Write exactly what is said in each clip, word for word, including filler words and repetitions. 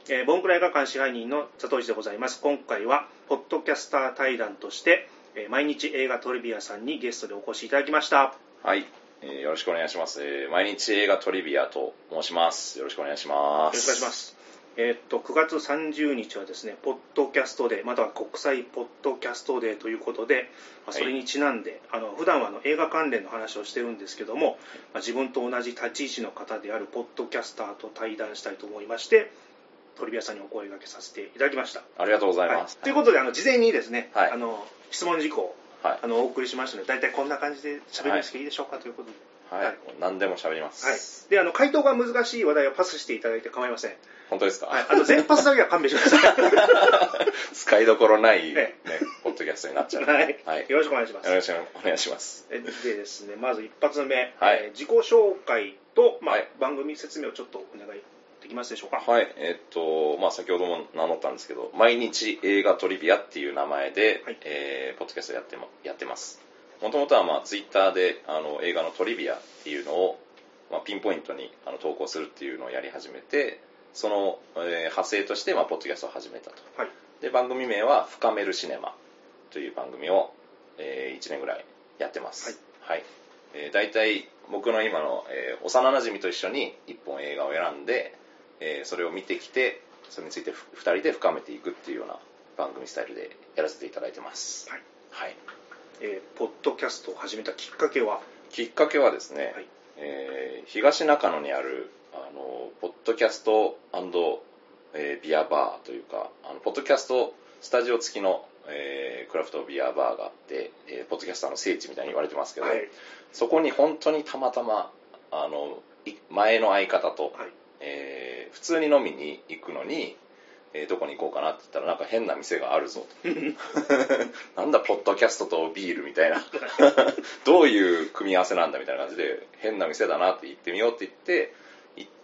えー、ボンクラ映画館支配人の佐藤一でございます。今回はポッドキャスター対談として、えー、毎日映画トリビアさんにゲストでお越しいただきました。 はい、えー、よろしくお願いします、えー、毎日映画トリビアと申します。よろしくお願いします。 よろしくお願いします。えー、っとくがつさんじゅうにちはですね、ポッドキャストデー、または国際ポッドキャストデーということで、まあ、それにちなんで、はい、あの普段はあの映画関連の話をしてるんですけども、まあ、自分と同じ立ち位置の方であるポッドキャスターと対談したいと思いまして、トリビアさんにお声掛けさせていただきました。 ありがとうございます。 はい、ということで、あの事前にですね、 はい、 あの質問事項、はい、あのお送りしましたので、大体こんな感じで喋りますけどいいでしょうか、はい、ということで。 はい、はい、何でも喋ります。 はい。で、あの回答が難しい話題はパスしていただいて構いません。 本当ですか？ はい。あの全パスだけは勘弁してください。 使いどころないね、ポッドキャストになっちゃう。 はい。はい。よろしくお願いします。 よろしくお願いします。 でですね、まず一発目、 はい、 えー、自己紹介と、まあ、はい、番組説明をちょっとお願いできますでしょうか。 はい。えー、っと、まあ、先ほども名乗ったんですけど、毎日映画トリビアっていう名前で、はい、えー、ポッドキャストやってもやってます。もともとは、まあ、ツイッターであの映画のトリビアっていうのを、まあ、ピンポイントにあの投稿するっていうのをやり始めて、その、えー、派生として、まあ、ポッドキャストを始めたと。はい、で、番組名は深めるシネマという番組を、えー、いちねんぐらいやってます。はい。はい、えー、大体僕の今の、えー、幼馴染と一緒にいっぽん映画を選んで、えー、それを見てきて、それについてふたりで深めていくっていうような番組スタイルでやらせていただいてます。はい。はい。 えー、ポッドキャストを始めたきっかけは？ きっかけはですね、はい、えー、東中野にあるあのポッドキャスト&、えー、ビアバーというか、あのポッドキャストスタジオ付きの、えー、クラフトビアバーがあって、えー、ポッドキャスターの聖地みたいに言われてますけど、はい、そこに本当にたまたまあの前の相方と、はい、えー、普通に飲みに行くのに、えー、どこに行こうかなって言ったら、なんか変な店があるぞとなんだポッドキャストとビールみたいなどういう組み合わせなんだみたいな感じで、変な店だなって行ってみようって言って行って、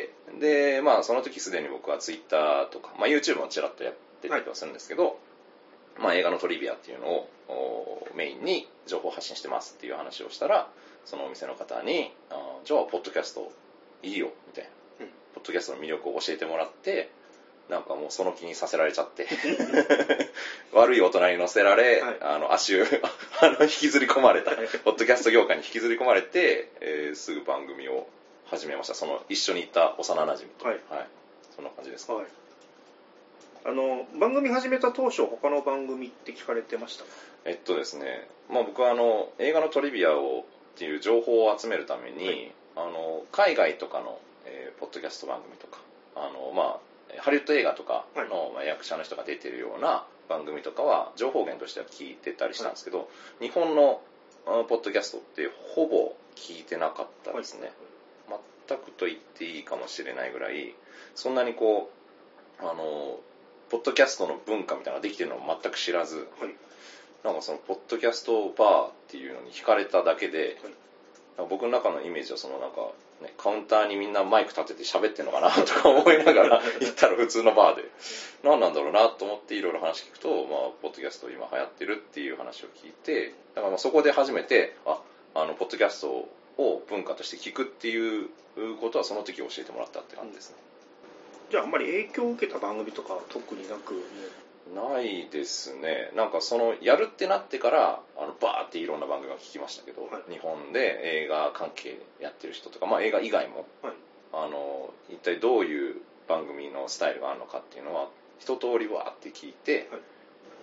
でまあその時すでに僕はツイッターとか、まあ、YouTube もちらっとやってたりはするんですけど、はい、まあ、映画のトリビアっていうのをメインに情報発信してますっていう話をしたら、そのお店の方にあじゃあポッドキャストいいよみたいな、うん、ポッドキャストの魅力を教えてもらって、なんかもうその気にさせられちゃって悪い大人に乗せられ、はい、あの足をあの引きずり込まれたポッドキャスト業界に引きずり込まれて、えー、すぐ番組を始めました。その一緒にいた幼なじみと、はいはい、そんな感じですか、はい、 あの番組始めた当初他の番組って聞かれてましたか？ えっとですね、まあ、僕はあの映画のトリビアをっていう情報を集めるために、はい、あの海外とかの、えー、ポッドキャスト番組とか、あのまあハリウッド映画とかの、はい、役者の人が出てるような番組とかは情報源としては聞いてたりしたんですけど、はい、日本のポッドキャストってほぼ聞いてなかったですね、はい、全くと言っていいかもしれないぐらい、そんなにこうあのポッドキャストの文化みたいなのができてるのを全く知らず、はい、なんかそのポッドキャストバーっていうのに惹かれただけで、はい、僕の中のイメージはそのなんかね、カウンターにみんなマイク立てて喋ってんのかなとか思いながら行ったら普通のバーで何なんだろうなと思っていろいろ話聞くと、まあ、ポッドキャスト今流行ってるっていう話を聞いて、だからまあそこで初めてああのポッドキャストを文化として聞くっていうことはその時教えてもらったって感じですね、 うん、じゃああんまり影響を受けた番組とかは特になく、ね、 ないですね。なんかそのやるってなってからあのバーっていろんな番組を聞きましたけど、はい、日本で映画関係やってる人とか、まあ、映画以外も、はい、あの一体どういう番組のスタイルがあるのかっていうのは一通りわーって聞いて、はい、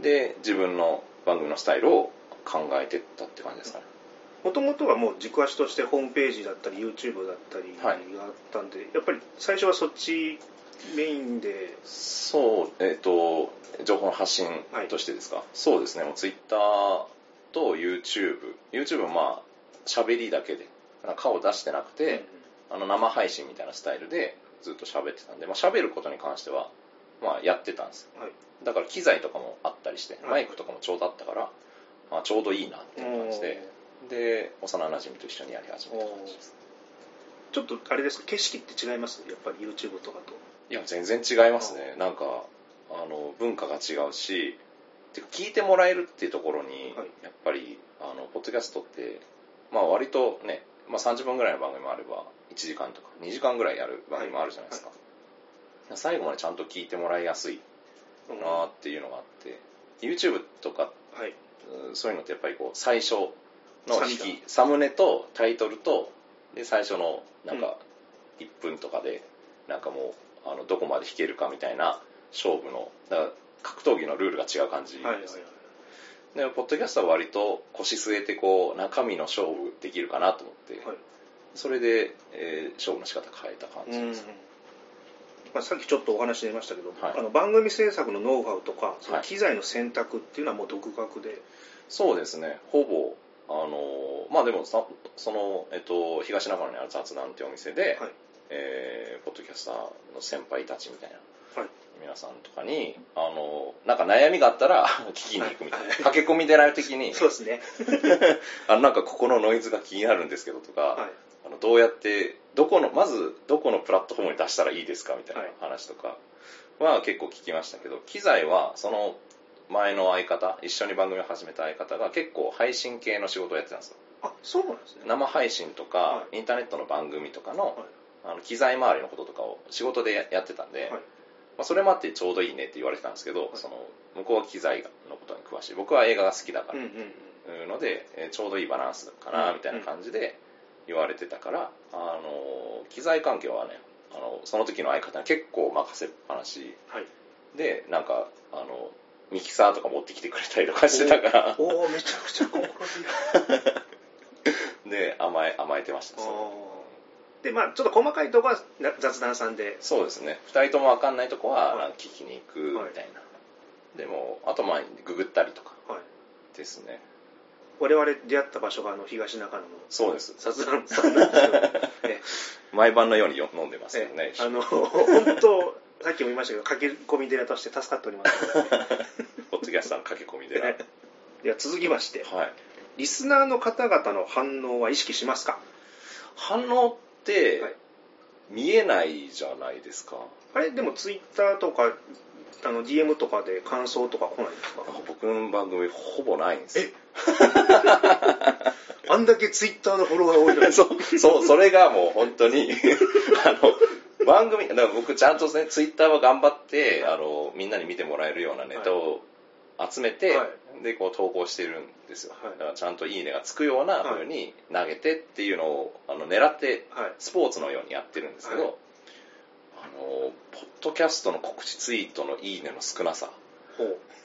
で自分の番組のスタイルを考えてったって感じですかね。 もともとはもう軸足としてホームページだったり YouTube だったりがあったんで、はい、やっぱり最初はそっちメインで。 そう、えっと情報の発信としてですか、はい、そうですね、もう Twitter と YouTube YouTube はまあ喋りだけで顔出してなくて、うん、あの生配信みたいなスタイルでずっと喋ってたんで、まあ、喋ることに関してはまあやってたんです、はい、だから機材とかもあったりして、マイクとかもちょうどあったから、まあ、ちょうどいいなっていう感じで、で幼馴染と一緒にやり始めた感じです。 ちょっとあれですか、景色って違います？やっぱり YouTube とかと。 いや全然違いますね。なんかあの文化が違うし、てか聞いてもらえるっていうところに、はい、やっぱりあのポッドキャストって、まあ、割とね、まあ、さんじゅっぷんぐらいの番組もあればいちじかんとかにじかんぐらいやる番組もあるじゃないですか、はい最後までちゃんと聞いてもらいやすいなっていうのがあって、うん、YouTube とか、はい、そういうのってやっぱりこう最初の引きサムネとタイトルとで最初のなんかいっぷんとかでなんかもうあのどこまで弾けるかみたいな勝負のだから格闘技のルールが違う感じです、はいはいはい、でポッドキャストは割と腰据えてこう中身の勝負できるかなと思って、はい、それで、えー、勝負の仕方変えた感じです、うんまあ、さっきちょっとお話し出ましたけど、はい、あの番組制作のノウハウとかその機材の選択っていうのはもう独学で、はい、 そうですねほぼあのまあでもその、えっと、東中野にある雑談っていうお店で、はいえー、ポッドキャスターの先輩たちみたいな、はい、皆さんとかにあのなんか悩みがあったら聞きに行くみたいな、はい、駆け込み寺的にそうですねあのなんかここのノイズが気になるんですけどとか、はい、あのどうやってどこのまずどこのプラットフォームに出したらいいですかみたいな話とかは結構聞きましたけど、機材はその前の相方一緒に番組を始めた相方が結構配信系の仕事をやってたんですよ。 あ、そうなんですね。 生配信とか、はい、インターネットの番組とかの、はい、あの機材周りのこととかを仕事でやってたんで、はいまあ、それもあってちょうどいいねって言われてたんですけど、はい、その向こうは機材のことに詳しい僕は映画が好きだから、うんうんうん、ので、えー、ちょうどいいバランスかなみたいな感じで言われてたから、あの機材関係はねあのその時の相方に結構任せっぱなし、はい、でなんかあのミキサーとか持ってきてくれたりとかしてたからおおめちゃくちゃ心強いで甘え甘えてました。 でまあちょっと細かいところは雑談さんでそうですねふたりとも分かんないとこは聞きに行くみたいな、はい、でもあとまあググったりとかですね、はい、 我々出会った場所があの東中野のそうです雑談さんなんですけど毎晩のように飲んでますよね。 あの本当さっきも言いましたけど駆け込み寺として助かっておりますポッドキャスターの駆け込み寺では続きまして、はい、リスナーの方々の反応は意識しますか？ 反応って見えないじゃないですか。 あれでもツイッターとかあの ディーエム とかで感想とか来ないですか？ 僕の番組ほぼないんですよ。えあんだけツイッターのフォロワー多いのにそうそうそれがもう本当にあの番組だから僕ちゃんとねツイッターは頑張ってあのみんなに見てもらえるようなネタを集めて、はい、でこう投稿してるんですよ、はい、だからちゃんといいねがつくような風に投げてっていうのをあの狙ってスポーツのようにやってるんですけど、はい、あのポッドキャストの告知ツイートのいいねの少なさほ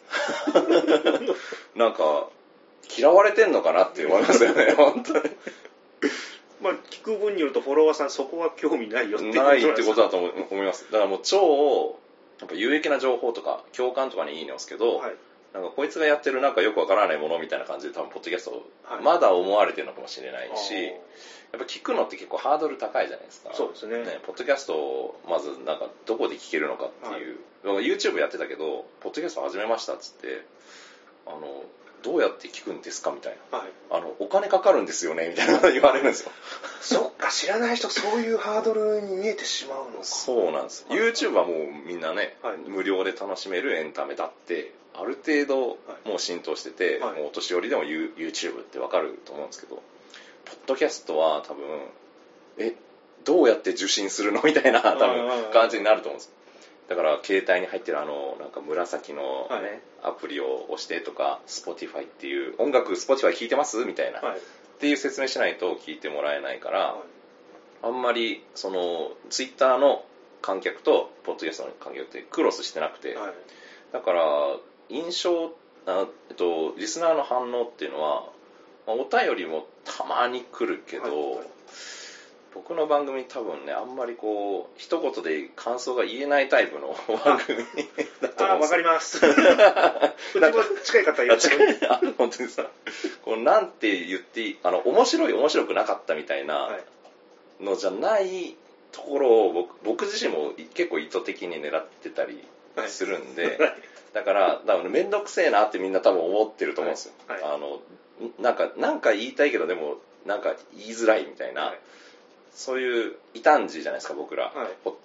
うなんか嫌われてんのかなって思いますよね本当にまあ聞く分によるとフォロワーさんそこは興味ないよってないってことだと思います。だからもう超なんか有益な情報とか共感とかにいいねを押すけど、はい、なんかこいつがやってるなんかよくわからないものみたいな感じで多分ポッドキャストまだ思われてるのかもしれないし、はい、やっぱ聞くのって結構ハードル高いじゃないですか。 そうですね。 ねポッドキャストをまずなんかどこで聞けるのかっていう、はい、YouTube やってたけどポッドキャスト始めましたっつってあのどうやって聞くんですかみたいな、はい、あのお金かかるんですよねみたいなこと言われるんですよ。 そっか知らない人そういうハードルに見えてしまうのか。 そうなんです。 YouTube はもうみんなね、はい、無料で楽しめるエンタメだってある程度もう浸透してて、はい、もうお年寄りでも YouTube ってわかると思うんですけど、ポッドキャストは多分えどうやって受信するのみたいな多分感じになると思うんです。だから携帯に入ってるあのなんか紫の、ねはい、アプリを押してとか Spotify っていう音楽 Spotify 聴いてますみたいな、はい、っていう説明しないと聞いてもらえないから、はい、あんまりその Twitter の観客とポッドキャストの観客ってクロスしてなくて、はい、だから印象あ、えっと、リスナーの反応っていうのは、まあ、お便りもたまに来るけど、はいはい、僕の番組多分ねあんまりこう一言で感想が言えないタイプの番組だと思うんです。あ、わかります。うちも近い方いらっしゃる。あ、本当にさ、こうなんて言っていいあの面白い面白くなかったみたいなのじゃないところを僕、僕自身も結構意図的に狙ってたりするんで、はい、だから多分面倒くせえなってみんな多分思ってると思うんですよ。はいはい、あのなんかなんか言いたいけどでもなんか言いづらいみたいな。はい、そういう異端児じゃないですか僕ら、はい、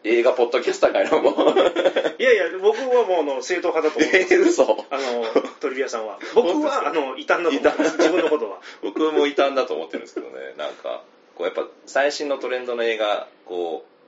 映画ポッドキャスター界のもいやいや僕はもうの正統派だと思うんです。えー、嘘あのトリビアさんは僕はあの異端だと思うんです自分のことは僕も異端だと思ってるんですけどねなんかこうやっぱ最新のトレンドの映画こ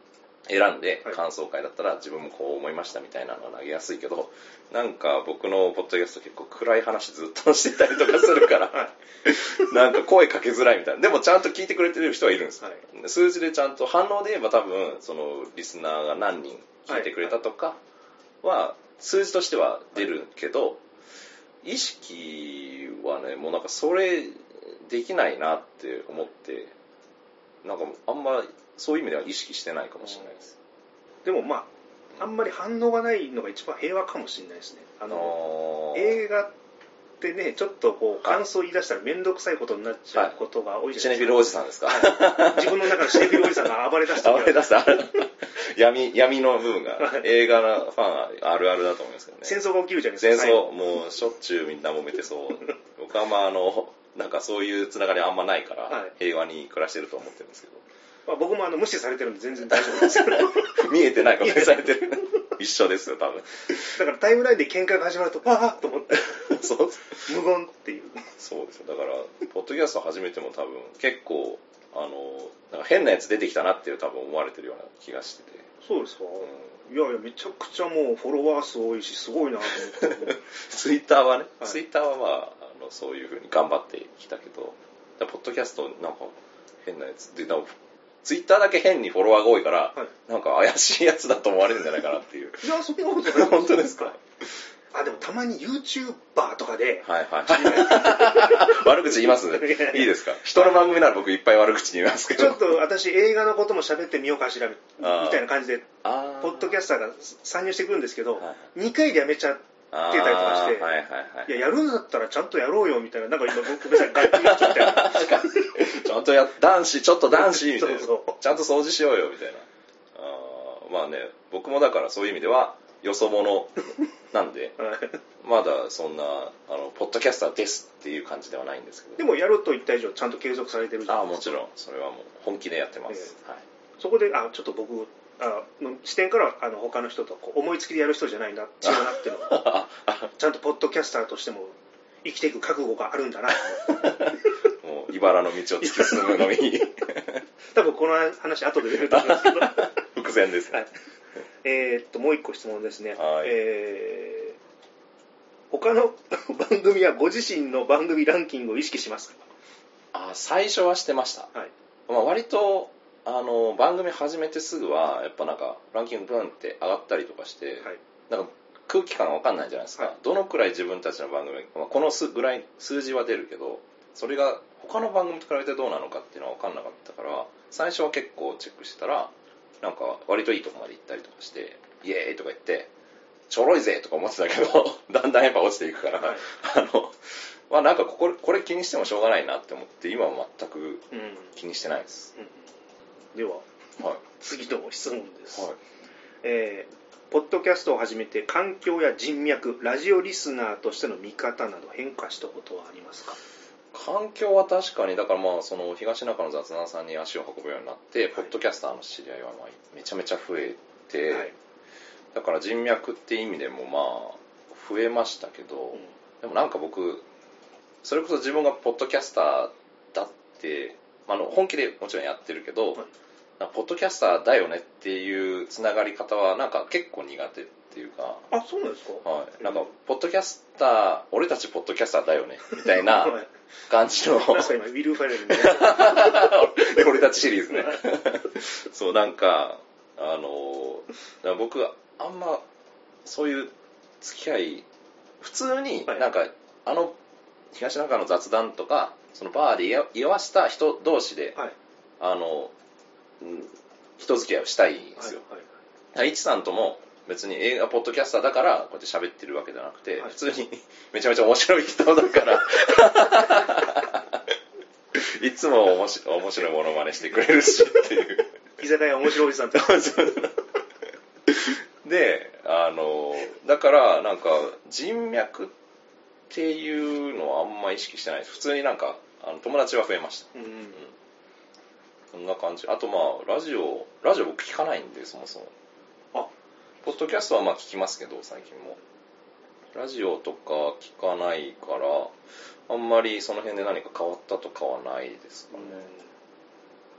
選んで感想会だったら自分もこう思いましたみたいなのは投げやすいけど、なんか僕のポッドキャスト結構暗い話ずっとしてたりとかするからなんか声かけづらいみたいな。でもちゃんと聞いてくれてる人はいるんですよ、はい、数字でちゃんと反応で言えば多分そのリスナーが何人聞いてくれたとかは数字としては出るけど、意識はねもうなんかそれできないなって思って、なんかあんまそういう意味では意識してないかもしれないです。 でもまああんまり反応がないのが一番平和かもしれないですね。あの映画ってね、ちょっとこう感想言い出したら面倒くさいことになっちゃうことが多いじゃないですか。 シネフィルおじさんですか。 自分の中のシネフィルおじさんが暴れ出した暴れ出した闇闇の部分が映画のファンあるあるだと思いますけどね。 戦争が起きるじゃないですか。戦争もうしょっちゅうみんな揉めてそう。僕はまああのなんかそういうつながりあんまないから、はい、平和に暮らしてると思ってるんですけど。 まあ、僕もあの無視されてるんで全然大丈夫ですよ。 見えてないことにされてる。一緒ですよ多分。 だからタイムラインで喧嘩が始まるとああと思ってそう無言っていう。 そうですよ。だからポッドキャスト始めても多分結構あのなんか変なやつ出てきたなっていう多分思われてるような気がしてて。 そうですか、うん、いやいやめちゃくちゃもうフォロワー数多いしすごいなと思ってツイッターはね、はい、ツイッターはまあ、あのそういう風に頑張ってきたけど、ポッドキャストなんか変なやつで、ツイッターだけ変にフォロワーが多いから、はい、なんか怪しいやつだと思われるんじゃないかなっていう。 いやそんなことない。 本当ですか。 あでもたまに YouTuber とかで、 はいはい、悪口言いますいいですか。人の番組なら僕いっぱい悪口言いますけど、 ちょっと私映画のことも喋ってみようかしらみたいな感じでポッドキャスターが参入してくるんですけど、はい、にかいでやめちゃってたりとかして、はいはいはい、いややるんだったらちゃんとやろうよみたいな、なんか今僕別に楽器やっちゃってちゃんとや男子ちょっと男子みたいなそうそうちゃんと掃除しようよみたいな。あまあね、僕もだからそういう意味ではよそ者なんで、はい、まだそんなあのポッドキャスターですっていう感じではないんですけど、 でもやると言った以上ちゃんと継続されてるじゃないですか。 あもちろんそれはもう本気でやってます、 えーはい、そこであちょっと僕あの視点からあの他の人とこう思いつきでやる人じゃないな違うなっていうのがちゃんとポッドキャスターとしても生きていく覚悟があるんだなともう茨の道を突き進むのに多分この話後で出ると思うんですけど伏線です、ね、はい、 えー、っともう一個質問ですね、はい、えー、他の番組はご自身の番組ランキングを意識しますか。 あ最初はしてました、はい、まあ、割とあの番組始めてすぐはやっぱなんかランキングブンって上がったりとかして、はい、なんか空気感が分かんないじゃないですか、はい、どのくらい自分たちの番組、まあ、この数ぐらい数字は出るけどそれが他の番組と比べてどうなのかっていうのは分かんなかったから最初は結構チェックしてたらなんか割といいとこまで行ったりとかしてイエーイとか言ってちょろいぜとか思ってたけどだんだんやっぱ落ちていくから、はい、あのまあなんかこここれ気にしてもしょうがないなって思って今は全く気にしてないです、うんうん、では、はい、次の質問です、はい、えー、ポッドキャストを始めて環境や人脈ラジオリスナーとしての見方など変化したことはありますか。 環境は確かにだからまあその東中の雑談さんに足を運ぶようになって、はい、ポッドキャスターの知り合いはまあめちゃめちゃ増えて、はい、だから人脈って意味でもまあ増えましたけど、うん、でもなんか僕それこそ自分がポッドキャスターだって、あの本気でもちろんやってるけど、はい、ポッドキャスターだよねっていうつながり方はなんか結構苦手っていうか。 あ、そうなんですか。 はい。なんかポッドキャスター俺たちポッドキャスターだよねみたいな感じのなんか今ウィル・ファレルみたいな俺たちシリーズねそうなんかあの僕あんまそういう付き合い普通になんか、はい、あの東中の雑談とかそのバーで居合わせた人同士で、はい、あの人付き合いをしたいんですよ、はいはい、いちさんとも別に映画ポッドキャスターだからこうやって喋ってるわけじゃなくて、はい、普通にめちゃめちゃ面白い人だからいつも面白い面白いものまねしてくれるしっていう居酒屋面白いおじさんってであのだからなんか人脈っていうのはあんま意識してないです。普通になんかあの友達は増えました、うんうん、そんな感じ。あとまあラジオラジオ僕聞かないんでそもそも。あポッドキャストはまあ聞きますけど最近もラジオとか聞かないからあんまりその辺で何か変わったとかはないですかね、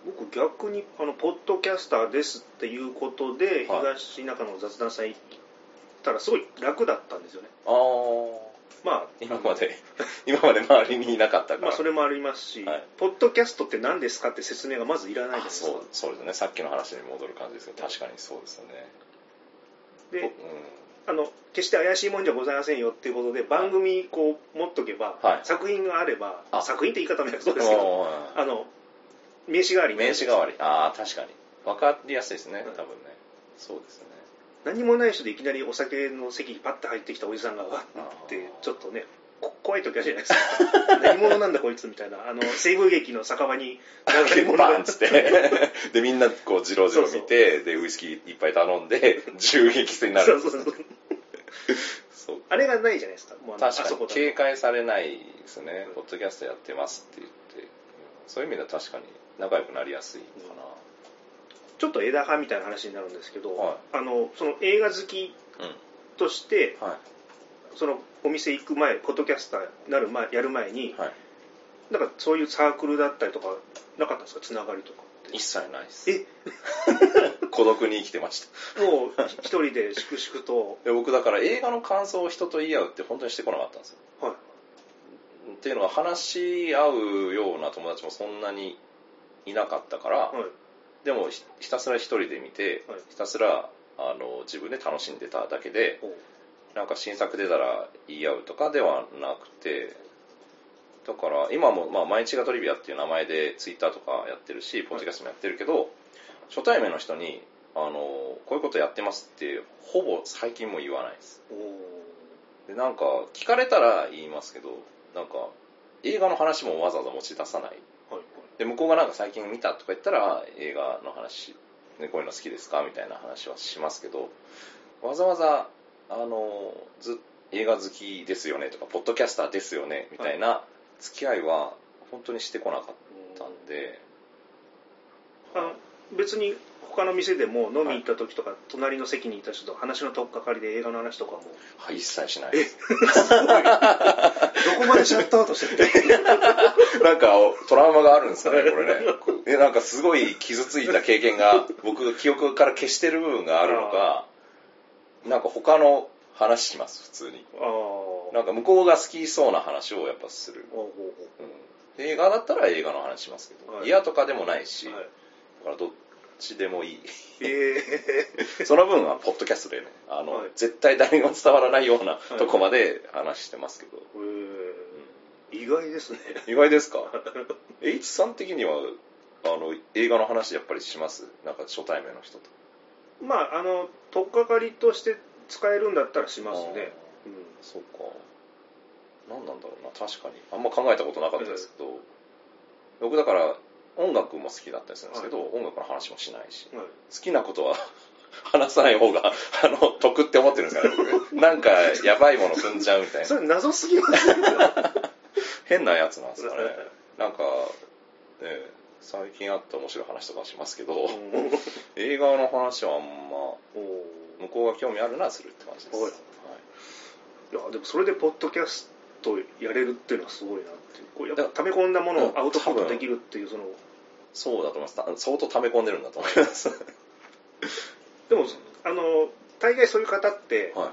僕逆にあのポッドキャスターですっていうことで、 はい、 東中野雑談祭行ったらすごい楽だったんですよね。 ああ。 まあ、 今まで今まで周りにいなかったから、 まあ、それもありますし、 はい、 ポッドキャストって何ですかって説明がまずいらないですか。 そうそうですね、さっきの話に戻る感じですけど、確かにそうですよね。 で、 うん、 あの決して怪しいもんじゃございませんよっていうことで、番組こう持っとけば、はい、作品があれば、作品って言い方もそうですけど、あの名刺代わりになる。 名刺代わり、ああ確かに分かりやすいですね、多分ね、はい、そうですね。 何もない人でいきなりお酒の席にパッと入ってきたおじさんがわってちょっとね怖い時あるじゃないですか。何者なんだこいつみたいな、あの西部劇の酒場に何者バンっつってでみんなこうジロジロ見て、でウイスキーいっぱい頼んで銃撃戦になる。そうそうそうそうあれがないじゃないですか。もう確かに警戒されないですね、うん、ポッドキャストやってますって言って、そういう意味では確かに仲良くなりやすいかな、うん、 ちょっと枝葉みたいな話になるんですけど、はい、あのその映画好きとして、うんはい、そのお店行く前、ポッドキャスターなる前やる前に、はい、なんかそういうサークルだったりとかなかったんですか、つながりとかって。 一切ないです。え孤独に生きてました。 もう一人で粛々と。 僕だから映画の感想を人と言い合うって本当にしてこなかったんですよ。はい、っていうのは話し合うような友達もそんなにいなかったから、はい、でもひたすら一人で見て、はい、ひたすらあの自分で楽しんでただけで、なんか新作出たら言い合うとかではなくて、だから今もまあ毎日がトリビアっていう名前でツイッターとかやってるし、ポッドキャストもやってるけど、初対面の人にあのこういうことやってますってほぼ最近も言わないです。でなんか聞かれたら言いますけど、なんか映画の話もわざわざ持ち出さない。はい、で向こうがなんか最近見たとか言ったら映画の話、ね、こういうの好きですかみたいな話はしますけど、わざわざあのず映画好きですよねとかポッドキャスターですよねみたいな付き合いは本当にしてこなかったんで、 あの別に他の店でも飲み行った時とか、はい、隣の席にいた人と話の取っかかりで映画の話とかも、 はい、一切しないです。 どこまでシャットアウトしてるなんかトラウマがあるんですかねこれね。えなんかすごい傷ついた経験が僕が記憶から消してる部分があるのか、なんか他の話します普通に。あなんか向こうが好きそうな話をやっぱする。うん、映画だったら映画の話しますけど、はい、嫌とかでもないし、はい、だからどっちでもいい。えー、その分はポッドキャストでね、あの、はい、絶対誰にも伝わらないようなとこまで話してますけど。はいうん、意外ですね。 意外ですか。H さん的にはあの映画の話やっぱりします？なんか初対面の人と。 まああの取っかかりとして使えるんだったらしますね。 うん、そうか。何なんだろうな、確かにあんま考えたことなかったですけど、うん、僕だから音楽も好きだったりするんですけど、はい、音楽の話もしないし、はい、好きなことは話さない方があの得って思ってるんですからね僕なんかやばいもの踏んじゃうみたいな。 それ謎すぎますね変なやつなんですかね。なんか、ね、最近あった面白い話とかしますけど映画の話はあんま向こうが興味あるならするって感じです。はい、 いやでもそれでポッドキャストやれるっていうのはすごいなっていう、こうやっぱ溜め込んだものをアウトプットできるっていう、そのそうだと思います。相当溜め込んでるんだと思いますでもあの大概そういう方って、はい、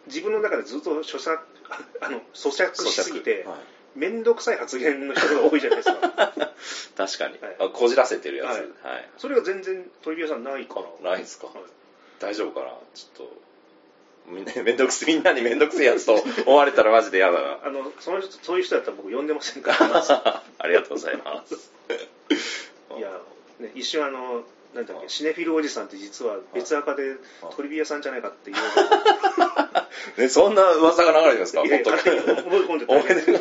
自分の中でずっと咀嚼あの咀嚼しすぎて面倒、はい、くさい発言の人が多いじゃないですか確かに、はい、こじらせてるやつ、はいはい、 それが全然トリビアさんないかな。ないですか、はい、大丈夫かな。ちょっとめんどくせみんなにめんどくせえやつと思われたらマジで嫌だな。 あのその人そういう人だったら僕呼んでませんからありがとうございますいや、ね、一瞬あのなんだっけシネフィルおじさんって実は別赤でトリビアさんじゃないかっていうね、そんな噂が流れてるんですか。 いやいや勝手に思い込んでた、ね、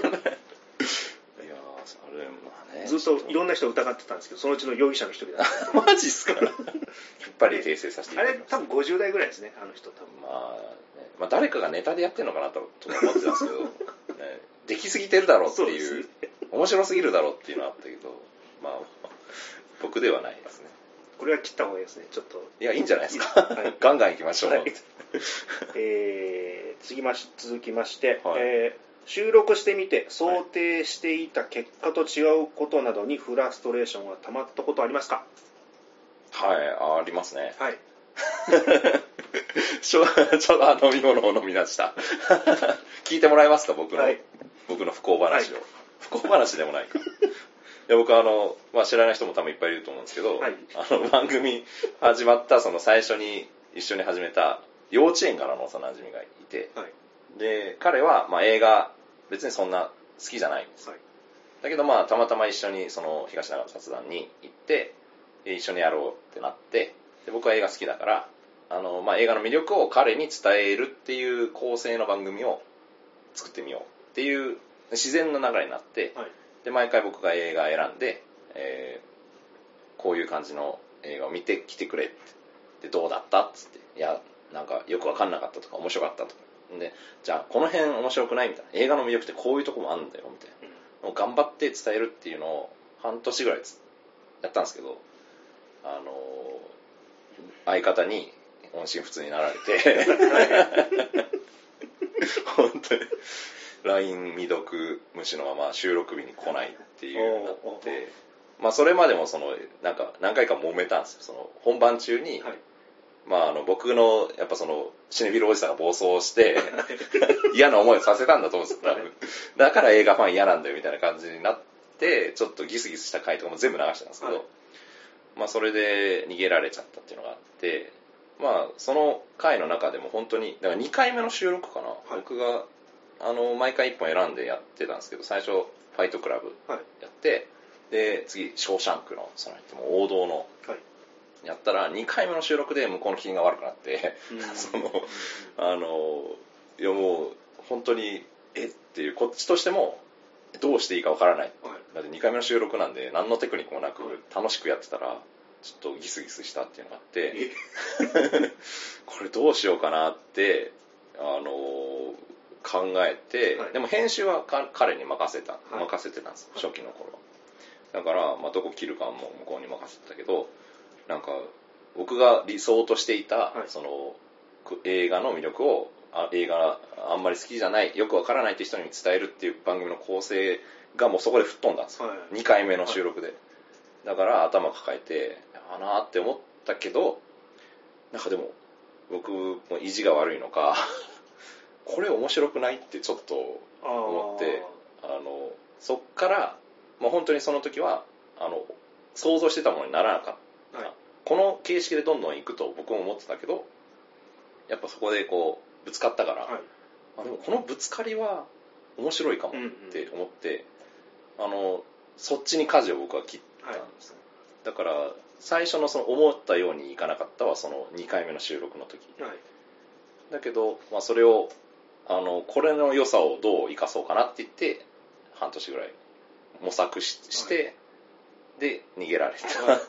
ずっといろんな人を疑ってたんですけど、そのうちの容疑者の一人だったマジっすかやっぱり訂正させていただきます。 あれ多分ごじゅう代ぐらいですね、あの人多分。 まあ、ね、まあ誰かがネタでやってるのかなと思ってたんですけど、ね、できすぎてるだろうっていう、ね、面白すぎるだろうっていうのはあったけど、まあ僕ではないですね。 これは切った方がいいですね、ちょっと。 いや、いいんじゃないですか。はい、ガンガンいきましょう。はい、 えー、次まし続きまして、はい、え収録してみて想定していた結果と違うことなどにフラストレーションが溜まったことありますか？ はい、ありますね。 はい。 ちょちょっと飲み物を飲み出した。聞いてもらえますか、僕の、はい、僕の不幸話を。はい、不幸話でもないか。いや僕はあの、まあ、知らない人も多分いっぱいいると思うんですけど、はい、あの番組始まったその最初に一緒に始めた幼稚園からの幼馴染がいて、はい、で彼はまあ映画別にそんな好きじゃないんです、はい、だけどまあたまたま一緒にその東長野雑談に行って一緒にやろうってなって、で僕は映画好きだからあの、まあ、映画の魅力を彼に伝えるっていう構成の番組を作ってみようっていう自然な流れになって、はい、で毎回僕が映画選んで、えー、こういう感じの映画を見てきてくれってでどうだったっつって、いやなんかよく分かんなかったとか面白かったとかで、じゃあこの辺面白くないみたいな、映画の魅力ってこういうとこもあるんだよみたいな、うん、頑張って伝えるっていうのを半年ぐらいやったんですけど、あのー、相方に音信不通になられて本当に ライン 未読無視のまま収録日に来ないっていうのになって、まあそれまでもそのなんか何回か揉めたんですよ。その本番中に、はい、まああの僕のやっぱそのシネビルおじさんが暴走して嫌な思いをさせたんだと思うんですよ。多分だから映画ファン嫌なんだよみたいな感じになってちょっとギスギスした回とかも全部流してたんですけど、はい、まあそれで逃げられちゃったっていうのがあって、まあその回の中でも本当にだからにかいめの収録かな、はい、僕があの毎回いっぽん選んでやってたんですけど、最初ファイトクラブやって、はい、で次ショーシャンクのそのも王道の、はい、やったらにかいめの収録で向こうの機嫌が悪くなってそのあのいやもう本当にえっていうこっちとしてもどうしていいかわからない、はい、だってにかいめの収録なんで何のテクニックもなく楽しくやってたらちょっとギスギスしたっていうのがあってこれどうしようかなってあの考えて、はい、でも編集は彼に任せた、はい、任せてたんです、初期の頃は。だから、まあ、どこ切るかも向こうに任せてたけど、なんか僕が理想としていた、はい、その映画の魅力をあ映画あんまり好きじゃないよくわからないって人に伝えるっていう番組の構成がもうそこで吹っ飛んだんですよ、はい、にかいめの収録で、はい、だから頭抱えてあなーって思ったけど、なんかでも僕も意地が悪いのかこれ面白くないってちょっと思って、あのそっから、まあ、本当にその時はあの想像してたものにならなかった、はい、この形式でどんどんいくと僕も思ってたけど、やっぱそこでこうぶつかったから、はい、あでもこのぶつかりは面白いかもって思って、うんうん、あのそっちに舵を僕は切ったんです、はい、だから最初のその思ったようにいかなかったはそのにかいめの収録の時、はい、だけど、まあ、それをあのこれの良さをどう生かそうかなって言って半年ぐらい模索 し, して、はい、で逃げられた、はい、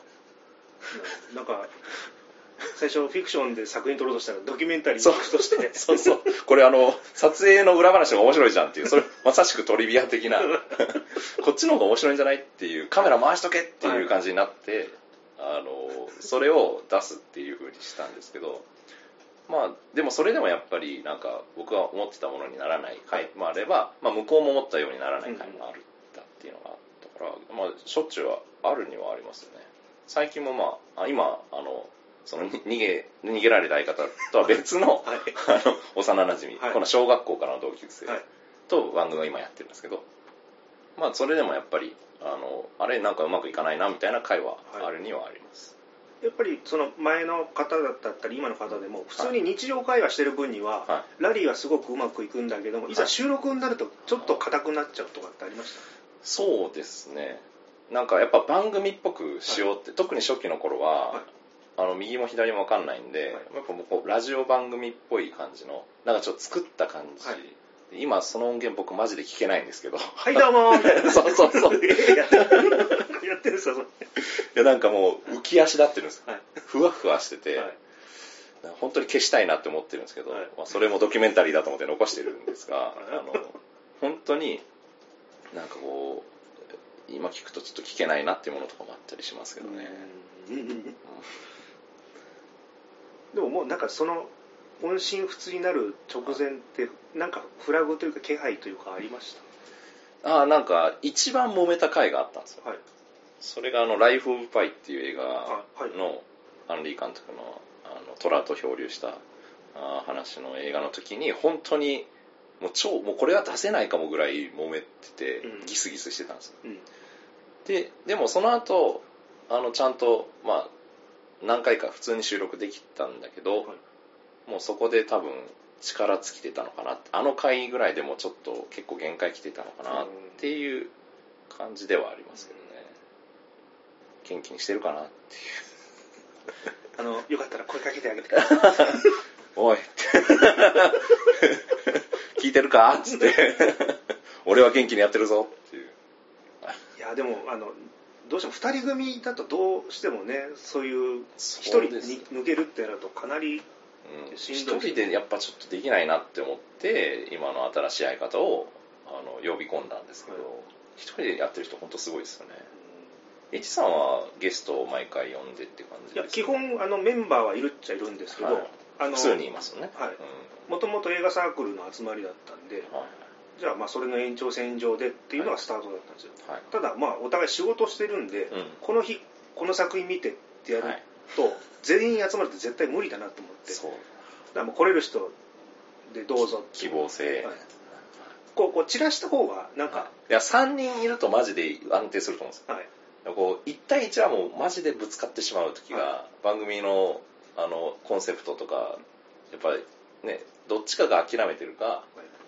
なんか最初フィクションで作品撮ろうとしたらドキュメンタリーとしてそうそうこれあの撮影の裏話が面白いじゃんっていうそれまさしくトリビア的なこっちの方が面白いんじゃないっていうカメラ回しとけっていう感じになって、はい、あのそれを出すっていう風にしたんですけど、まあでもそれでもやっぱりなんか僕が思ってたものにならない回もあれば、まあ、向こうも思ったようにならない回もあるっていうのがあったから、まあ、しょっちゅうはあるにはありますよね。最近もまあ今あのその逃げ逃げられた相方とは別の、はい、あの幼なじみ、はい、この小学校からの同級生と番組を今やってるんですけど、まあそれでもやっぱりあのあれなんかうまくいかないなみたいな回はあるにはあります。 はい、やっぱりその前の方だったり今の方でも普通に日常会話してる分には、はい、ラリーはすごくうまくいくんだけども、いざ収録になるとちょっと硬くなっちゃうとかってありました？ そうですね、なんかやっぱ番組っぽくしようって、はい、特に初期の頃は、はい、あの右も左も分かんないんで、はい、やっぱもうこうラジオ番組っぽい感じのなんかちょっと作った感じ、はい、今その音源僕マジで聞けないんですけどはいどうもーみたいなそうそうそうやってるんですよそれ。いやなんかもう浮き足立ってるんですよ、はい、ふわふわしてて、はい、本当に消したいなって思ってるんですけど、はい、まあ、それもドキュメンタリーだと思って残してるんですが、はい、あの本当になんかこう今聞くとちょっと聞けないなっていうものとかもあったりしますけどね。 でももうなんかその音信不通になる直前ってなんかフラグというか気配というかありました？ ああ、なんか一番揉めた回があったんですよ。 はい、 それがあのライフ・オブ・パイっていう映画の、 はい、 アンリー監督のあの虎と漂流したあ話の映画の時に本当にもう超もうこれは出せないかもぐらい揉めてて、うん、ギスギスしてたんですよ、うん、ででもその後あのちゃんとまあ何回か普通に収録できたんだけど、はい、もうそこで多分力尽きてたのかな、あの回ぐらいでもちょっと結構限界来てたのかなっていう感じではありますけどね、うん、元気にしてるかなっていうあのよかったら声かけてあげてくださいおい聞いてるかっつって俺は元気にやってるぞっていう。 いやでもあのどうしてもふたり組だとどうしてもねそういうひとりに抜けるってなるとかなりしんどい、 うん、ひとりでやっぱちょっとできないなって思って今の新しい相方をあの呼び込んだんですけど、ひとりでやってる人本当すごいですよね。エチさんはゲストを毎回呼んでって感じですか？ いや基本あのメンバーはいるっちゃいるんですけど、はい、あの複数にいますよね。 もともと映画サークルの集まりだったんで、はい、じゃあまあそれの延長線上でっていうのがスタートだったんですよ、はい、ただまあお互い仕事してるんで、うん、この日この作品見てってやると、はい、全員集まるって絶対無理だなと思って、そうだからもう来れる人でどうぞって希望性、はい、 こうこう散らした方がなんか、はい、 いやさんにんいるとマジで安定すると思うんですよ、はい、こういち対いちはもうマジでぶつかってしまう時が、はい、番組のあのコンセプトとかやっぱりねどっちかが諦めてるか、はい、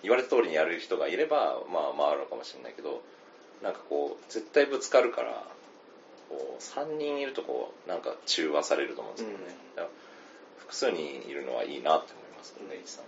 言われた通りにやる人がいればまあまああるのかもしれないけど、なんかこう絶対ぶつかるからこうさんにんいるとこうなんか中和されると思うんですけどね、うん、だから複数人いるのはいいなって思いますね、イチさんって。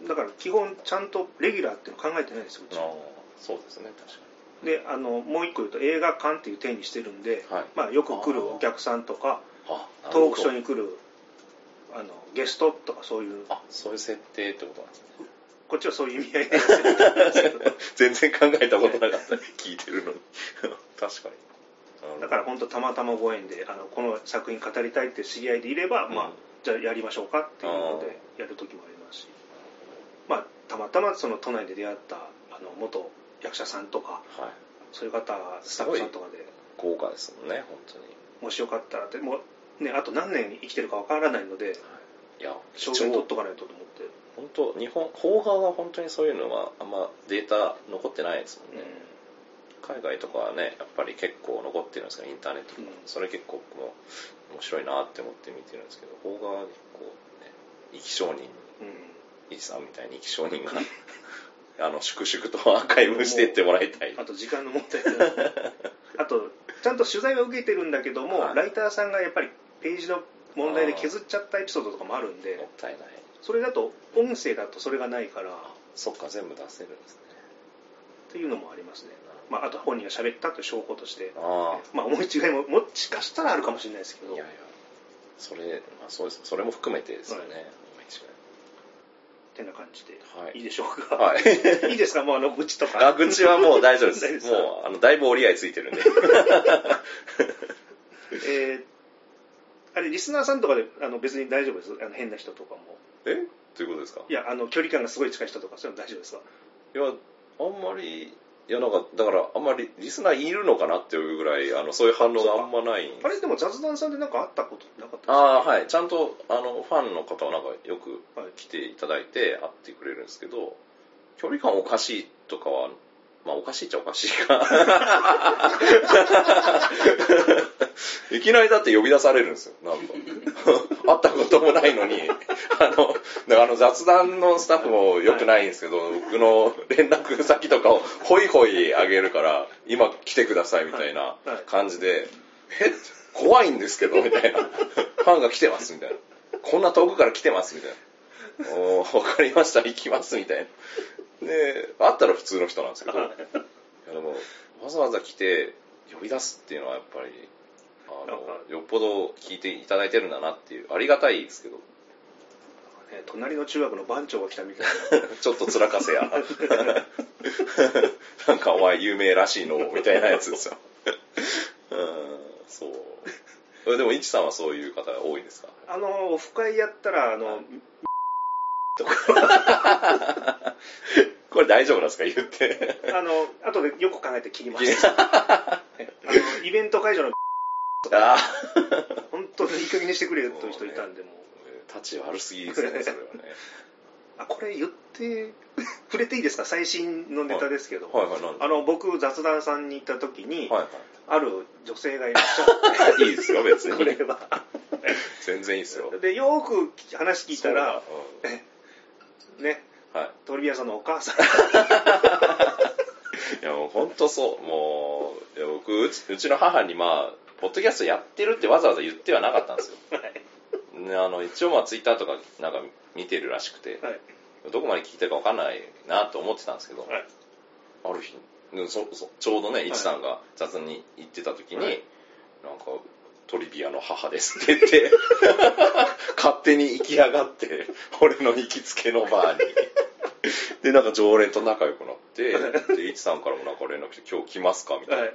だから基本ちゃんとレギュラーっていうの考えてないですようち。 あそうですね、確かに。であのもう一個言うと映画館っていう体にしてるんで、はい、まあ、よく来るお客さんとかトークショーに来るあのゲストとかそういうあそういう設定ってことなんですね。 こっちはそういう意味合いでやってるんですけど全然考えたことなかった聞いてるのに確かに。 だから本当たまたまご縁であのこの作品語りたいって知り合いでいれば、うん、まあ、じゃあやりましょうかっていうのでやる時もありますし、まあ、たまたまその都内で出会ったあの元役者さんとか、はい、そういう方スタッフさんとかで豪華ですもんね本当に。 もしよかったらってもう、ね、あと何年生きてるかわからないので、はい、いや証言取っとかないとと思って本当日本邦画は本当にそういうのはあんまデータ残ってないですもんね、うん、海外とかはねやっぱり結構残ってるんですけどインターネットとか、うん、それ結構僕も面白いなって思って見てるんですけど、邦画は結構ね生き証人、イチさんみたいに生き証人があの粛々とアーカイブしていってもらいたい。 あと時間の問題あとちゃんと取材は受けてるんだけども、はい、ライターさんがやっぱりページの問題で削っちゃったエピソードとかもあるんで、 もったいない。 それだと音声だとそれがないから、 そっか全部出せるんですねっていうのもありますね。まあ、あと本人が喋ったという証拠として、あ、まあ、思い違いももしかしたらあるかもしれないですけど、いやいやそれ、まあ、そうです。それも含めてですよね、はい、思い違いってな感じで、 はい、 いいでしょうか。はい、いいですか、もうあの愚痴とか。 あ、愚痴はもう大丈夫です。もうあのだいぶ折り合いついてるんで。 えー、あれリスナーさんとかであの別に大丈夫です。あの変な人とかも。 え？どういうことですか？ いやあの距離感がすごい近い人とかそういうの大丈夫ですか？ いやあんまり。いやなんかだからあんまりリスナーいるのかなっていうぐらいあのそういう反応があんまない。 あれでも雑談さんで何かあったことなかったですか？ ああはい、ちゃんとあのファンの方はなんかよく来ていただいて会ってくれるんですけど、距離感おかしいとかはまあおかしいっちゃおかしいかいきなりだって呼び出されるんですよ。なんか会ったこともないのにあのだからあの雑談のスタッフも良くないんですけど、はい、僕の連絡先とかをホイホイあげるから今来てくださいみたいな感じで、はいはい、え怖いんですけどみたいなファンが来てますみたいな、こんな遠くから来てますみたいな、お分かりました行きますみたいなで会ったら普通の人なんですけど、いやでもわざわざ来て呼び出すっていうのはやっぱりあのよっぽど聞いていただいてるんだなっていうありがたいですけど、 ね、隣の中学の番長が来たみたいなちょっとつらかせやなんかお前有名らしいのみたいなやつですようんそうでもイチさんはそういう方が多いですか？ あのオフ会やったらあの、はいとかこれ大丈夫なんですか言ってあの後でよく考えて切りますあのイベント会場のとか本当にいい加減にしてくれという人いたんでもう立ち悪すぎですねそれはねあこれ言って触れていいですか最新のネタですけど、 はいはいはい、 あの僕雑談さんに行った時に、はいはい、ある女性がいらっしゃっていいですよ別にこれは全然いいですよでよく話聞いたら、うん、ね、 はい、 トリビアさんのお母さんいやもう本当そうもういや僕うち、うちの母にまあポッドキャストやってるってわざわざ言ってはなかったんですよ、はい、ね、あの一応まあツイッターとかなんか見てるらしくて、はい、どこまで聞いてるか分かんないなと思ってたんですけど、はい、ある日そそちょうどね、いちさんが雑談に行ってた時に、はい、なんかトリビアの母ですって言って勝手に行き上がって俺の行きつけのバーにでなんか常連と仲良くなってでいちさんからもなんか連絡して今日来ますかみたいな、はい、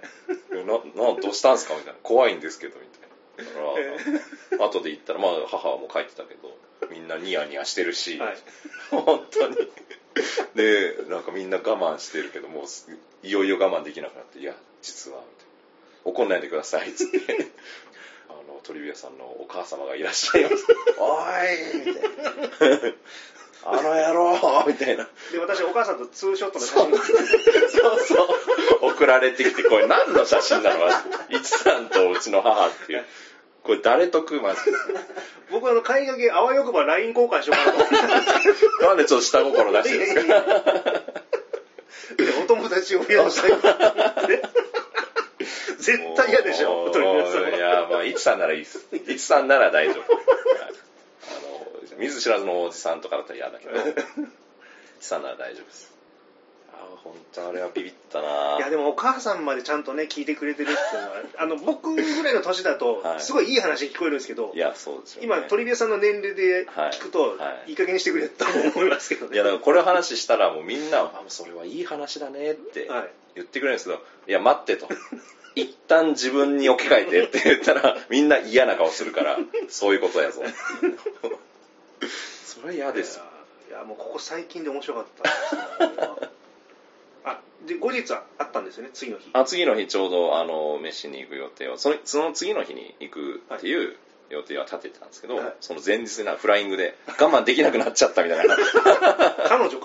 ななどうしたんすかみたいな怖いんですけどみたいなだから後で行ったらまあ母はもう帰ってたけどみんなニヤニヤしてるし、はい、本当にでなんかみんな我慢してるけどもういよいよ我慢できなくなっていや実はみたいな怒んないでくださいっつってあのトリビアさんのお母様がいらっしゃいますおーいみたいなあの野郎みたいなで私お母さんとツーショットの写真そうそう送られてきてこれ何の写真なのいちさんとうちの母っていうこれ誰とくまず僕はあの買い上げあわよくば ライン 交換しようかなと思ってなんでちょっと下心出してるんですかお友達を増やしたい絶対嫌でしょいやまあいちさんならいいですいちさんなら大丈夫あの見ず知らずのおじさんとかだったら嫌だけどいちさんなら大丈夫ですあ本当あれはビビったないやでもお母さんまでちゃんとね聞いてくれてるっていうのはあの僕ぐらいの年だとすごいいい話聞こえるんですけど、 はい、いやそうですよね、 今トリビアさんの年齢で聞くと、はいはい、いい加減にしてくれと思いますけどねいやだからこれを話したらもうみんなあそれはいい話だねって言ってくれるんですけど、はい、いや待ってと一旦自分に置き換えてって言ったらみんな嫌な顔するからそういうことやぞっていうそれは嫌ですよいや、いやもうここ最近で面白かったですあで後日はあったんですよね次の日あ次の日ちょうどあの飯に行く予定をその、その次の日に行くっていう予定は立ててたんですけど、はい、その前日なフライングで我慢できなくなっちゃったみたいな彼女か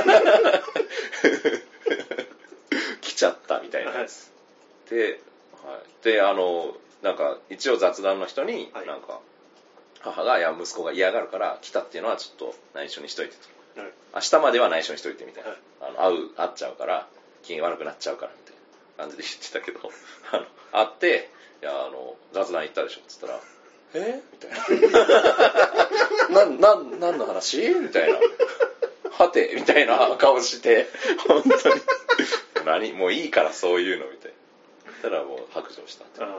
来ちゃったみたいなやつ、はい、で、はい、であのなんか一応雑談の人になんか、はい、母がいや息子が嫌がるから来たっていうのはちょっと内緒にしといてと、はい、明日までは内緒にしといてみたいな、はい、あの会う会っちゃうから機嫌悪くなっちゃうからみたいな感じで言ってたけどあの会っていやあの雑談行ったでしょっつったらえみたいななな何の話みたいなはてみたいな顔して本当に何もういいからそういうのみたいなたらもう白状したって言い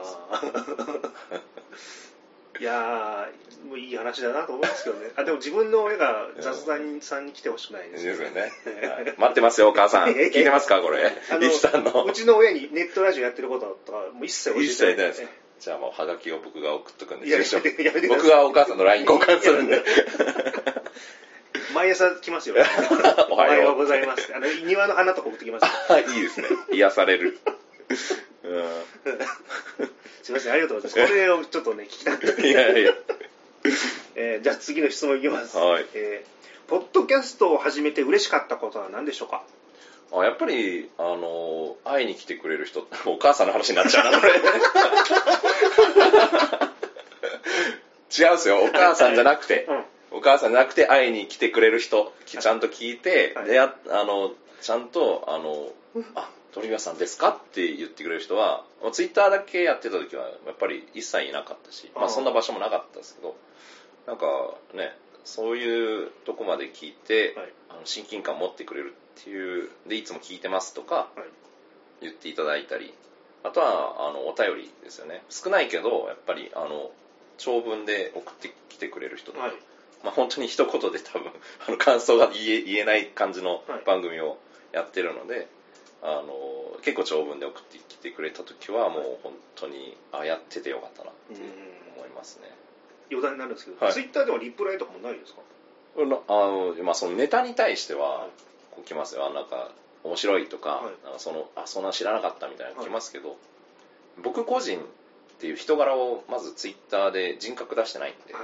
ますいやーもういい話だなと思うんですけどねあでも自分の親が雑談さんに来てほしくないですよね, ですよね、はい、待ってますよお母さん聞いてますかこれあのいちさんのうちの親にネットラジオやってることとかもう一切教えてない一切ないですかじゃあもうハガキを僕が送っとくんでやめてやめてやめて僕がお母さんの ライン 交換するんで毎朝来ますよおはようございますあの庭の花とか送ってきますあいいですね癒されるうんすいませんありがとうございますこれをちょっとね聞きたくていやいや、 えー、じゃあ次の質問いきます、 はいえー、ポッドキャストを始めて嬉しかったことは何でしょうかあやっぱりあの会いに来てくれる人お母さんの話になっちゃうなこれ違うんですよお母さんじゃなくて、はいはいうん、お母さんじゃなくて会いに来てくれる人ちゃんと聞いて、はい、であのちゃんとあのあトリビアさんですかって言ってくれる人はツイッターだけやってた時はやっぱり一切いなかったし、まあ、そんな場所もなかったですけどなんかねそういうとこまで聞いて、はい、あの親近感を持ってくれるっていうでいつも聞いてますとか言っていただいたりあとはあのお便りですよね少ないけどやっぱりあの長文で送ってきてくれる人とか、はいまあ、本当に一言で多分あの感想が言え、言えない感じの番組をやってるので、はいあの結構長文で送ってきてくれた時はもう本当にあやっててよかったなって思いますね余談になるんですけど、 はい、 ツイッターではリプライとかもないですかなあの、まあ、そのネタに対してはこう来ますよ。なんか面白いとか、 はい、 なんかそのあそんな知らなかったみたいなの来ますけど、はい、僕個人っていう人柄をまずツイッターで人格出してないんで、はい、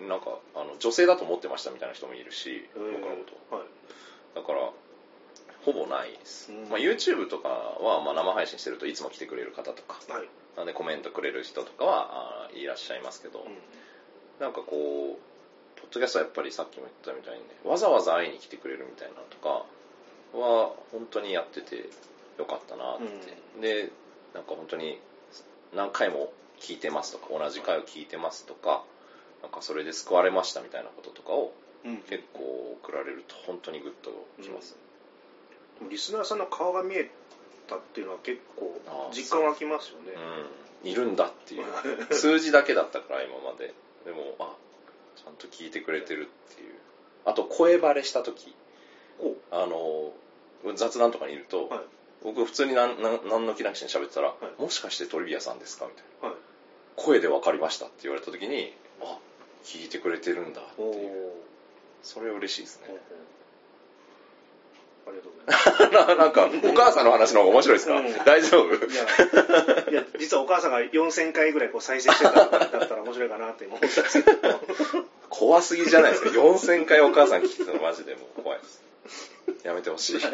なんかあの女性だと思ってましたみたいな人もいるし、僕のこと、はい、だからほぼないです、まあ、YouTube とかはまあ生配信してるといつも来てくれる方とか、はい、なんでコメントくれる人とかはあいらっしゃいますけど、うん、なんかこうポッドキャストはやっぱりさっきも言ったみたいにね、わざわざ会いに来てくれるみたいなのとかは本当にやっててよかったなって、うん、でなんか本当に何回も聞いてますとか同じ回を聞いてますとか、なんかそれで救われましたみたいなこととかを結構送られると本当にグッときます、 うん、リスナーさんの顔が見えたっていうのは結構実感湧きますよね、 うん、いるんだっていう数字だけだったから今まで、でもあちゃんと聞いてくれてるっていう。あと声バレした時、あの雑談とかにいると、はい、僕普通に何の気なしに喋ってたら、はい、もしかしてトリビアさんですかみたいな、はい、声で分かりましたって言われた時に、あ聞いてくれてるんだっていう、それ嬉しいですね。 ありがとうございますなんかお母さんの話の方が面白いですか、うん、大丈夫？いや、いや実はお母さんがよんせんかいぐらいこう再生してたんだったら面白いかなって思ったんですけど怖すぎじゃないですか。よんせんかいお母さん聞いてたのマジでもう怖いです。やめてほしい。で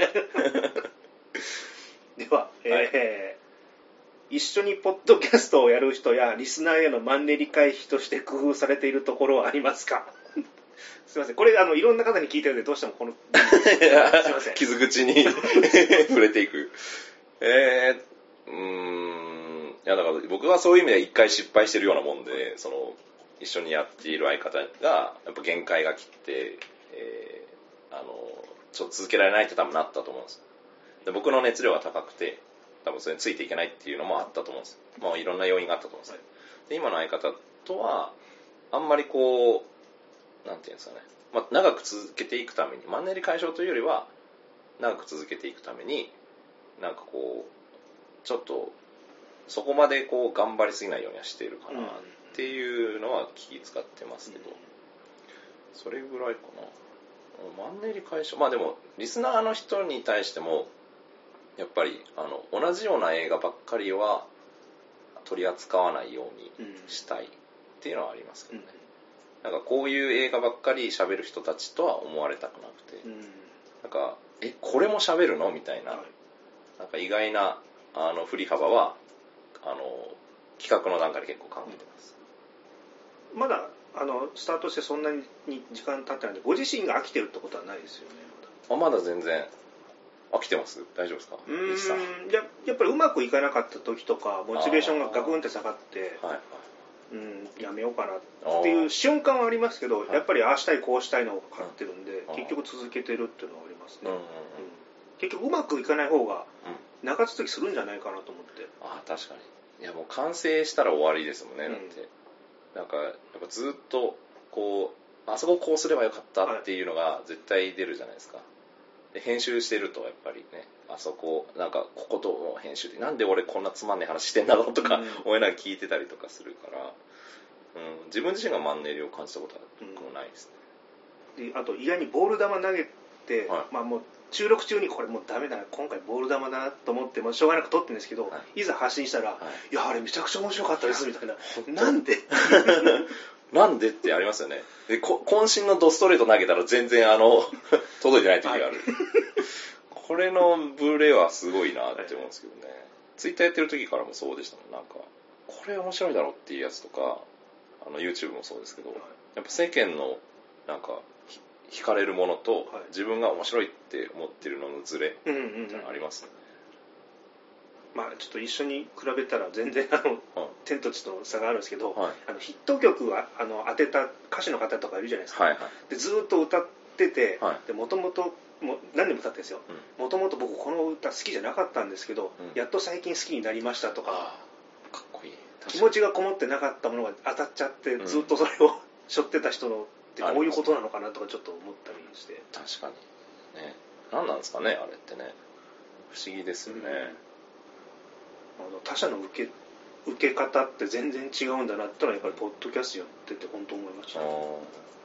は、えーはい、一緒にポッドキャストをやる人やリスナーへのマンネリ回避として工夫されているところはありますか？すいません、これあのいろんな方に聞いてるんでどうしてもこのすいません傷口に触れていく。えー、うーんいやだから僕はそういう意味では一回失敗してるようなもんで、その一緒にやっている相方がやっぱ限界が来て、えー、あのちょっと続けられないって多分なったと思うんですよ。で僕の熱量が高くて多分それについていけないっていうのもあったと思うんです。まあいろんな要因があったと思うんです。で今の相方とはあんまりこうなんていうんですかね、まあ、長く続けていくためにマンネリ解消というよりは長く続けていくためになんかこうちょっとそこまでこう頑張りすぎないようにはしているかなっていうのは気使ってますけど、それぐらいかな。マンネリ解消、まあでもリスナーの人に対してもやっぱりあの同じような映画ばっかりは取り扱わないようにしたいっていうのはありますけどね、うん、なんかこういう映画ばっかり喋る人たちとは思われたくなくて、うん、なんかえこれも喋るのみたいな、はい、なんか意外なあの振り幅はあの企画の段階で結構考えてます、 うん、まだあのスタートしてそんなに時間経ってないんでご自身が飽きてるってことはないですよね。 まだ、あまだ全然飽きてます？大丈夫ですか？ うーんや, やっぱりうまくいかなかった時とかモチベーションがガクンって下がって、はいはい、うん、やめようかなっていう瞬間はありますけど、やっぱりああしたいこうしたいのを買ってるんで、結局続けてるっていうのはありますね、うんうんうん、結局うまくいかない方が長続きするんじゃないかなと思って、 うん、あ確かに。いやもう完成したら終わりですもんね、うん、だってなんかやっぱずっとこうあそここうすればよかったっていうのが絶対出るじゃないですか。で編集してるとやっぱりねあそこなんかこことの編集でなんで俺こんなつまんねえ話してんだろうとか、うん、思いながら聞いてたりとかするから、うん、自分自身がマンネリを感じたことは僕もないですね、うん、であと意外にボール球投げて、はい、まあもう収録中にこれもうダメだな今回ボール球だなと思ってもうしょうがなく撮ってるんですけど、はい、いざ発信したら、はい、いやあれめちゃくちゃ面白かったですみたいななんでなんでってありますよね。でこ渾身のドストレート投げたら全然あの届いてない時がある、はい、これのブレはすごいなって思うんですけどね、はい、ツイッターやってる時からもそうでしたもん。なんかこれ面白いだろっていうやつとかあの YouTube もそうですけど、はい、やっぱ世間のなんか惹かれるものと、はい、自分が面白いって思ってるののズレみたいなのありますね、 うんうんうん、まあちょっと一緒に比べたら全然あの、はい、天と地と差があるんですけど、はい、あのヒット曲はあの当てた歌手の方とかいるじゃないですか、はいはい、でずっと歌ってて、はい、でもともともう何年も歌ってるんですよ。もともと僕この歌好きじゃなかったんですけど、うん、やっと最近好きになりましたとか、 かっこいい。 気持ちがこもってなかったものが当たっちゃって、うん、ずっとそれを背負ってた人のってこういうことなのかなとかちょっと思ったりして。 確かにね。何なんですかねあれってね。不思議ですよね。うん、あの他者の受け受け方って全然違うんだなってのはやっぱりポッドキャストやってて本当思いました、ね。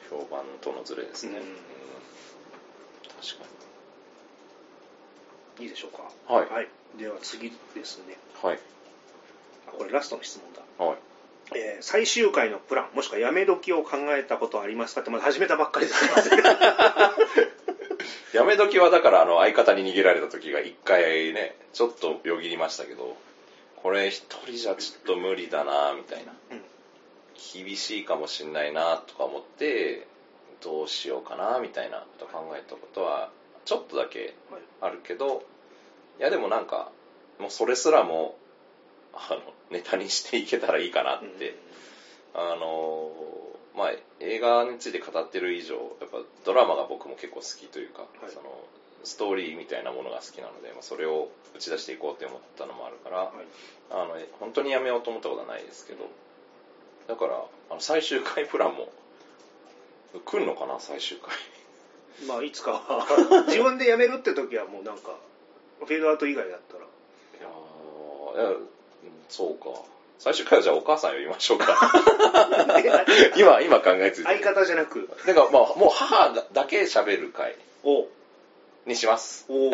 評判とのズレですね、うんうん、確かにいいでしょうか。 はい、 はい、では次ですね。 はい、 これラストの質問だ。 はい、 えー、最終回のプランもしくはやめ時を考えたことはありますかって、まだ始めたばっかりですやめ時はだからあの相方に逃げられた時が一回ねちょっとよぎりましたけど、これ一人じゃちょっと無理だなみたいな、うん、厳しいかもしんないなとか思ってどうしようかなみたいなこと考えたことはちょっとだけあるけど、はい、いやでもなんかもうそれすらもあのネタにしていけたらいいかなって、うん、あのまあ映画について語ってる以上やっぱドラマが僕も結構好きというか、はい、そのストーリーみたいなものが好きなので、まあ、それを打ち出していこうって思ったのもあるから、はい、あの本当にやめようと思ったことはないですけど、だからあの最終回プランも来るのかな最終回まあいつか自分でやめるって時はもうなんかフェードアウト以外だったらいやいやそうか最終回はじゃあお母さん呼びましょうか今今考えついて相方じゃなくだからまあもう母だけ喋る回にしますおこ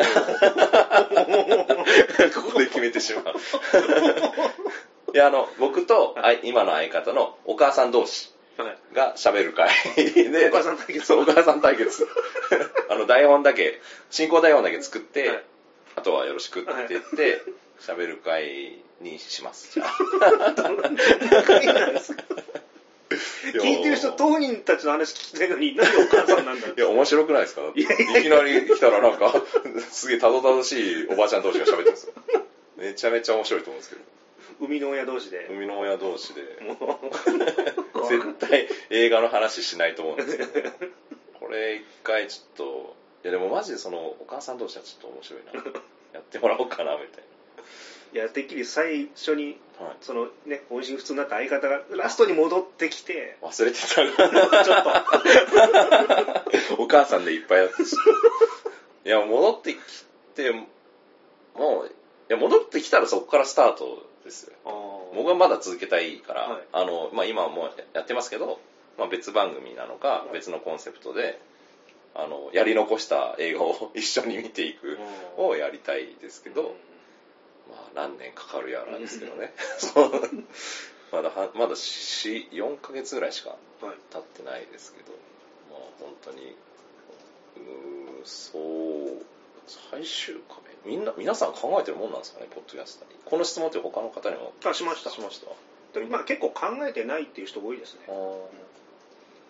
こで決めてしまういやあの僕と、はい、今の相方のお母さん同士が喋る会で、 お母さん対決お母さん対決あの台本だけ進行台本だけ作って、はい、あとはよろしくって言って喋、はい、る会にしますじゃあどんな会なんですか聞いてる人当人たちの話聞きたいのに何でお母さんなんだいや面白くないですかいやいやいやいきなり来たらなんかすげえたどたどしいおばあちゃん同士が喋ってるんですよめちゃめちゃ面白いと思うんですけど生みの親同士で生みの親同士で絶対映画の話しないと思うんですけどこれ一回ちょっといやでもマジでそのお母さん同士はちょっと面白いなやってもらおうかなみたいないやてっきり最初に、はい、そのね音信不通になった相方がラストに戻ってきて忘れてたちょっとお母さんでいっぱいだったしいや戻ってきてもういや戻ってきたらそこからスタートですよ僕はまだ続けたいから、はい、あのまあ、今はもうやってますけど、まあ、別番組なのか、はい、別のコンセプトであのやり残した映画を一緒に見ていくをやりたいですけど、まあ、何年かかるやらですけどねまだまだよんかげつぐらいしか経ってないですけど、まあ、本当にうーそう最終回みんな皆さん考えてるもんなんですかねポッドキャストにこの質問って他の方にもあしましたしましたでも、まあ、結構考えてないっていう人多いですねあ、うん、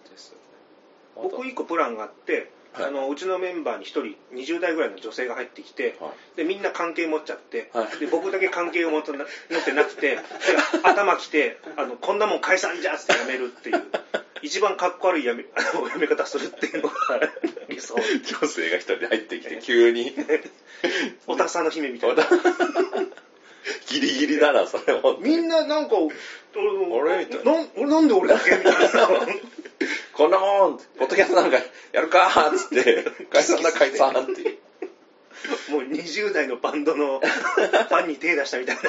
ですよね僕一個プランがあって、はい、あのうちのメンバーに一人にじゅう代ぐらいの女性が入ってきて、はい、でみんな関係持っちゃって、はい、で僕だけ関係を持ってなくて頭きてあのこんなもん解散じゃってやめるっていう一番かっこ悪いやめあのやめ方するっていうのが理想女性が一人で入ってきて急におたさの姫みたいなギリギリだなそれもみんななんかあれみたいなな, なんで俺だけみたいなこんなもんポッドキャストなんかやるかーっつって解散だ解散っていうもうにじゅう代のバンドのファンに手出したみたいな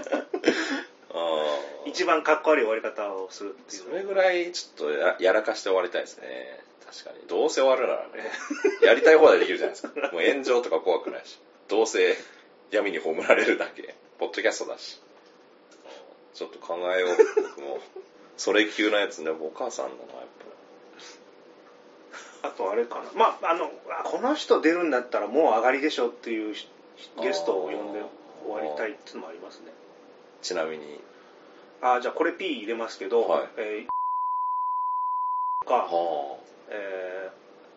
あ一番かっこ悪い終わり方をするっていうそれぐらいちょっと や, やらかして終わりたいですね確かにどうせ終わるならねやりたい放題できるじゃないですかもう炎上とか怖くないしどうせ闇に葬られるだけポッドキャストだしちょっと考えよう僕もそれ級のやつねお母さんだなやっぱあとあれかなまああのこの人出るんだったらもう上がりでしょっていうゲストを呼んで終わりたいっていうのもありますねちなみにあじゃあこれ P 入れますけど、はいえー、か、はあえ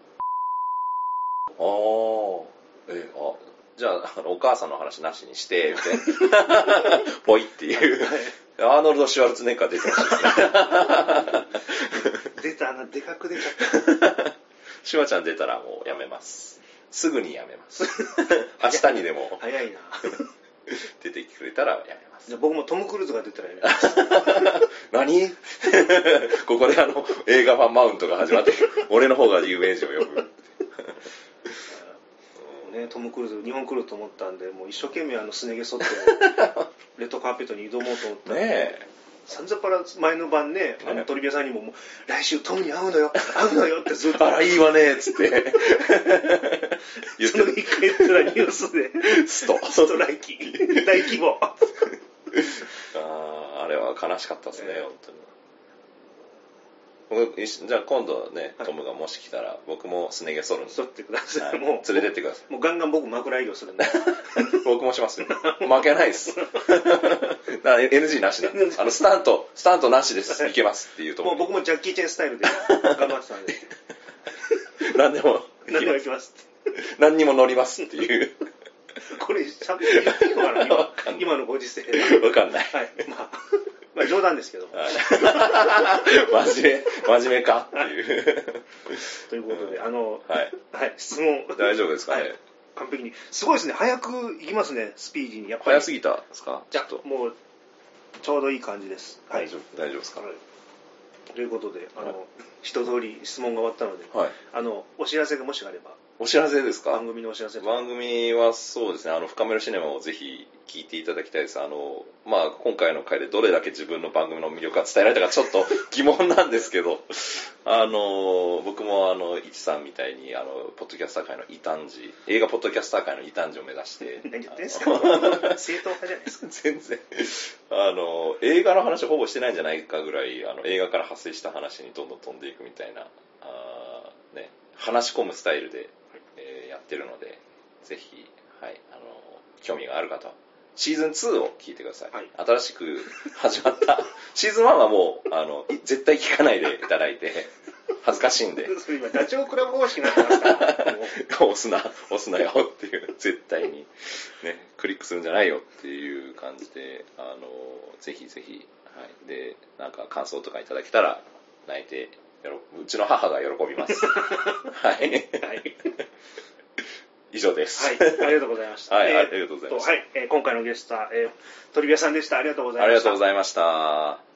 ー、あえあじゃあ、あのお母さんの話なしにしてみたいなポイっていうアーノルド・シュワルツェネッガー出てましたね出たなでかく出ちゃったシュワちゃん出たらもうやめますすぐにやめます明日にでも早いな出てくれたらやめますじゃ僕もトム・クルーズが出たらやめます何ここであの映画ファンマウントが始まって俺の方が有名人を呼ぶね、トム・クルーズ日本来ると思ったんでもう一生懸命あのすね毛剃ってレッドカーペットに挑もうと思ったんで、 ねえさんざっぱら前の晩ね、あのトリビアさんにももう来週トムに会うのよ会うのよってずっとあらいいわねっつって言ってその一回言ったらニュースでストストライキ大規模あああれは悲しかったですね、えー、本当に。僕じゃあ今度ね、はい、トムがもし来たら僕もすね毛剃るんで剃ってください、はい、 もう連れてってください。 もうガンガン僕枕営業するんで僕もしますよ負けないですだから エヌジー なしだあのスタントスタントなしですいけますっていうともう僕もジャッキーチェンスタイルで頑張ってたんで何でも何でもいきます何にも乗りますっていうこれしゃべっていいのかな 今, 今のご時世わかんない、 はい、まあまあ冗談ですけども、はい、 真面目真面目かっていうということで、あの、 はい、 はい、質問大丈夫ですかね、 はい、完璧にすごいですね、早くいきますね、スピーディーに。やっぱり早すぎたですか。 じゃあもうちょうどいい感じです、 はい、大丈夫大丈夫ですか、はい、 ということで、あの、はい、一通り質問が終わったので、はい、あのお知らせがもしあれば。 お知らせですか。 番組のお知らせ。 番組はそうですね、あの深めるシネマをぜひ聞いていただきたいです。あのまあ今回の回でどれだけ自分の番組の魅力が伝えられたかちょっと疑問なんですけど、あの僕もあのいちさんみたいにあのポッドキャスター界の異端児、映画ポッドキャスター界の異端児を目指して。 何言ってんすか。正統派じゃないですか。 全然あの映画の話ほぼしてないんじゃないかぐらい、あの映画から発生した話にどんどん飛んでいくみたいな、あ、ね、話し込むスタイルで。えー、やってるので、ぜひ、はい、あの興味がある方はシーズンツーを聞いてください、はい、新しく始まったシーズンワンはもうあの絶対聞かないでいただいて恥ずかしいんでそれ今ダチョウ倶楽部方式になってますから押すな押すなよっていう絶対にねクリックするんじゃないよっていう感じで、あのぜひぜひ、はい、でなんか感想とかいただけたら泣いてうちの母が喜びますはい、はい、以上です。 はい、ありがとうございました。 はい、ありがとうございました。 はい、えー、今回のゲストは、えー、トリビアさんでした。ありがとうございました。 ありがとうございました。